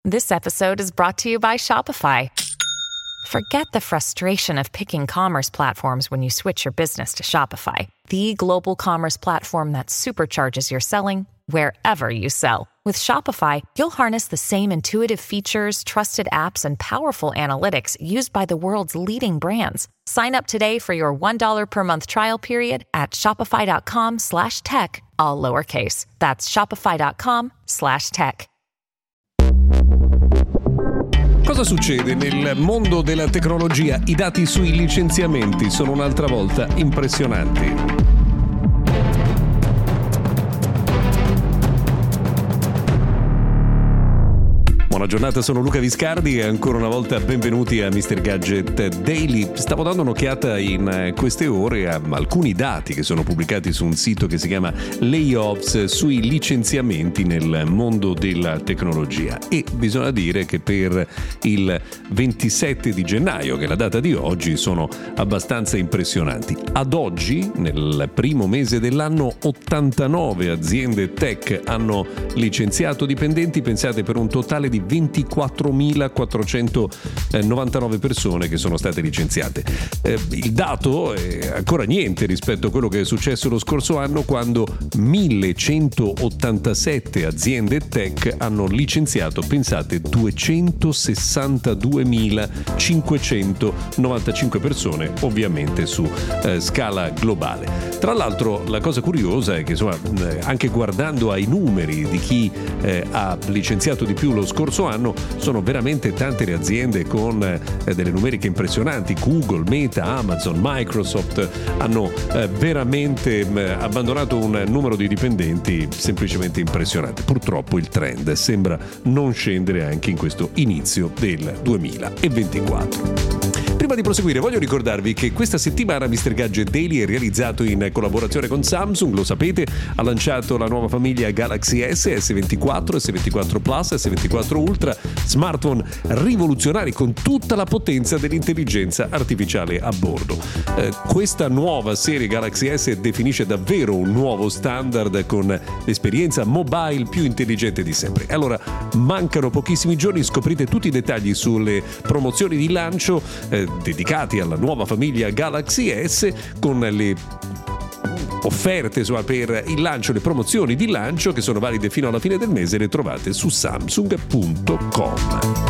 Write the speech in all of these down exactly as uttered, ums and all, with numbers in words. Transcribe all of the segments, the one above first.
This episode is brought to you by Shopify. Forget the frustration of picking commerce platforms when you switch your business to Shopify, the global commerce platform that supercharges your selling wherever you sell. With Shopify, you'll harness the same intuitive features, trusted apps, and powerful analytics used by the world's leading brands. Sign up today for your one dollar per month trial period at shopify.com slash tech, all lowercase. That's shopify.com slash tech. Cosa succede nel mondo della tecnologia? I dati sui licenziamenti sono un'altra volta impressionanti. Buona giornata, sono Luca Viscardi e ancora una volta benvenuti a mister Gadget Daily. Stavo dando un'occhiata in queste ore a alcuni dati che sono pubblicati su un sito che si chiama Layoffs sui licenziamenti nel mondo della tecnologia e bisogna dire che per il ventisette di gennaio, che è la data di oggi, sono abbastanza impressionanti. Ad oggi, nel primo mese dell'anno, ottantanove aziende tech hanno licenziato dipendenti, pensate, per un totale di ventiquattromilaquattrocentonovantanove persone che sono state licenziate. Eh, il dato è ancora niente rispetto a quello che è successo lo scorso anno, quando millecentottantasette aziende tech hanno licenziato, pensate, duecentosessantaduemilacinquecentonovantacinque persone, ovviamente su eh, scala globale. Tra l'altro, la cosa curiosa è che, insomma, anche guardando ai numeri di chi eh, ha licenziato di più lo scorso anno, sono veramente tante le aziende con eh, delle numeriche impressionanti. Google, Meta, Amazon, Microsoft hanno eh, veramente eh, abbandonato un numero di dipendenti semplicemente impressionante. Purtroppo il trend sembra non scendere anche in questo inizio del duemilaventiquattro. Prima di proseguire voglio ricordarvi che questa settimana mister Gadget Daily è realizzato in collaborazione con Samsung, lo sapete, ha lanciato la nuova famiglia Galaxy S, S ventiquattro, S ventiquattro Plus, S ventiquattro Ultra, smartphone rivoluzionari con tutta la potenza dell'intelligenza artificiale a bordo. Eh, questa nuova serie Galaxy S definisce davvero un nuovo standard con l'esperienza mobile più intelligente di sempre. Allora, mancano pochissimi giorni, scoprite tutti i dettagli sulle promozioni di lancio eh, dedicati alla nuova famiglia Galaxy S, con le offerte, insomma, per il lancio, le promozioni di lancio che sono valide fino alla fine del mese, le trovate su samsung punto com.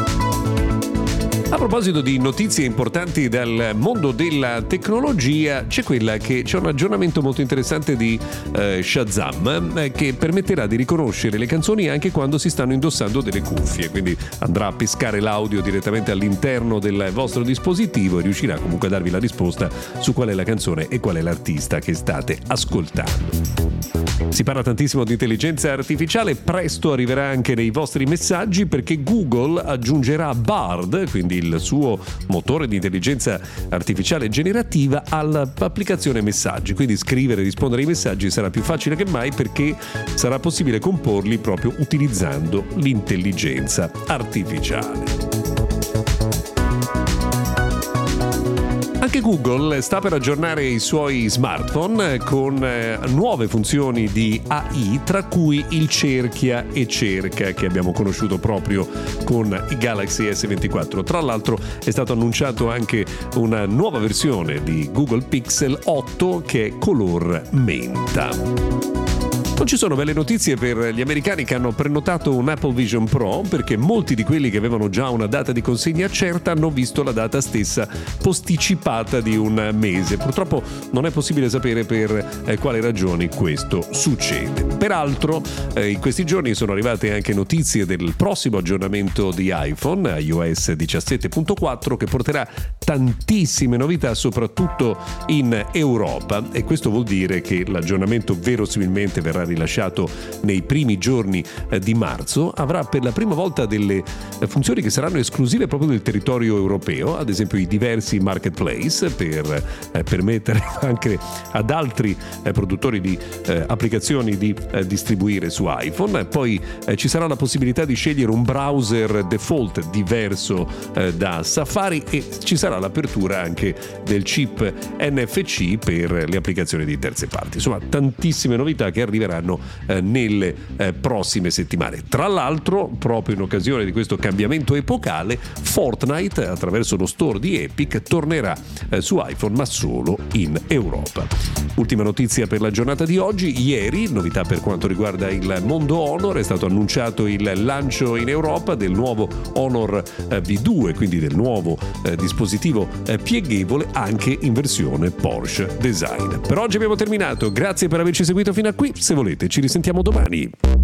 A proposito di notizie importanti dal mondo della tecnologia, c'è quella che c'è un aggiornamento molto interessante di eh, Shazam eh, che permetterà di riconoscere le canzoni anche quando si stanno indossando delle cuffie, quindi andrà a pescare l'audio direttamente all'interno del vostro dispositivo e riuscirà comunque a darvi la risposta su qual è la canzone e qual è l'artista che state ascoltando. Si parla tantissimo di intelligenza artificiale, presto arriverà anche nei vostri messaggi, perché Google aggiungerà Bard, quindi il suo motore di intelligenza artificiale generativa, all'applicazione messaggi. Quindi scrivere e rispondere ai messaggi sarà più facile che mai, perché sarà possibile comporli proprio utilizzando l'intelligenza artificiale. Anche Google sta per aggiornare i suoi smartphone con eh, nuove funzioni di A I, tra cui il cerchia e cerca che abbiamo conosciuto proprio con i Galaxy S ventiquattro. Tra l'altro è stato annunciato anche una nuova versione di Google Pixel otto che è color menta. Non ci sono belle notizie per gli americani che hanno prenotato un Apple Vision Pro, perché molti di quelli che avevano già una data di consegna certa hanno visto la data stessa posticipata di un mese. Purtroppo non è possibile sapere per eh, quali ragioni questo succede. Peraltro eh, in questi giorni sono arrivate anche notizie del prossimo aggiornamento di iPhone, iOS diciassette punto quattro, che porterà tantissime novità soprattutto in Europa, e questo vuol dire che l'aggiornamento verosimilmente verrà rilasciato nei primi giorni eh, di marzo. Avrà per la prima volta delle eh, funzioni che saranno esclusive proprio del territorio europeo, ad esempio i diversi marketplace, per eh, permettere anche ad altri eh, produttori di eh, applicazioni di eh, distribuire su iPhone. Poi eh, ci sarà la possibilità di scegliere un browser default diverso eh, da Safari, e ci sarà l'apertura anche del chip N F C per le applicazioni di terze parti. Insomma, tantissime novità che arriveranno arriveranno eh, nelle eh, prossime settimane. Tra l'altro, proprio in occasione di questo cambiamento epocale, Fortnite attraverso lo store di Epic tornerà eh, su iPhone, ma solo in Europa. Ultima notizia per la giornata di oggi: ieri, novità per quanto riguarda il mondo Honor, è stato annunciato il lancio in Europa del nuovo Honor eh, V due, quindi del nuovo eh, dispositivo eh, pieghevole anche in versione Porsche Design. Per oggi abbiamo terminato, grazie per averci seguito fino a qui, se volete ci risentiamo domani.